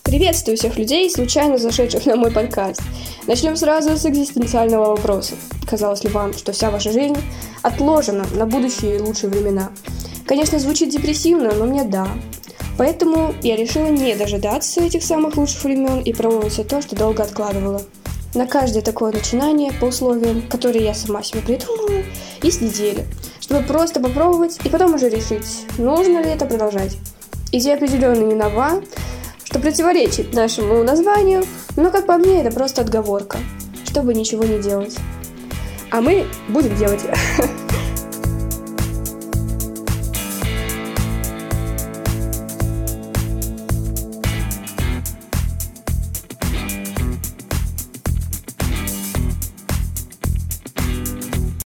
Приветствую всех людей, случайно зашедших на мой подкаст. Начнем сразу с экзистенциального вопроса. Казалось ли вам, что вся ваша жизнь отложена на будущие и лучшие времена? Конечно, звучит депрессивно, но мне да. Поэтому я решила не дожидаться этих самых лучших времен и пробовать все то, что долго откладывала. На каждое такое начинание по условиям, которые я сама себе придумала, есть неделя, чтобы просто попробовать и потом уже решить, нужно ли это продолжать. Идея определенно не нова, что противоречит нашему названию, но, как по мне, это просто отговорка, чтобы ничего не делать. А мы будем делать.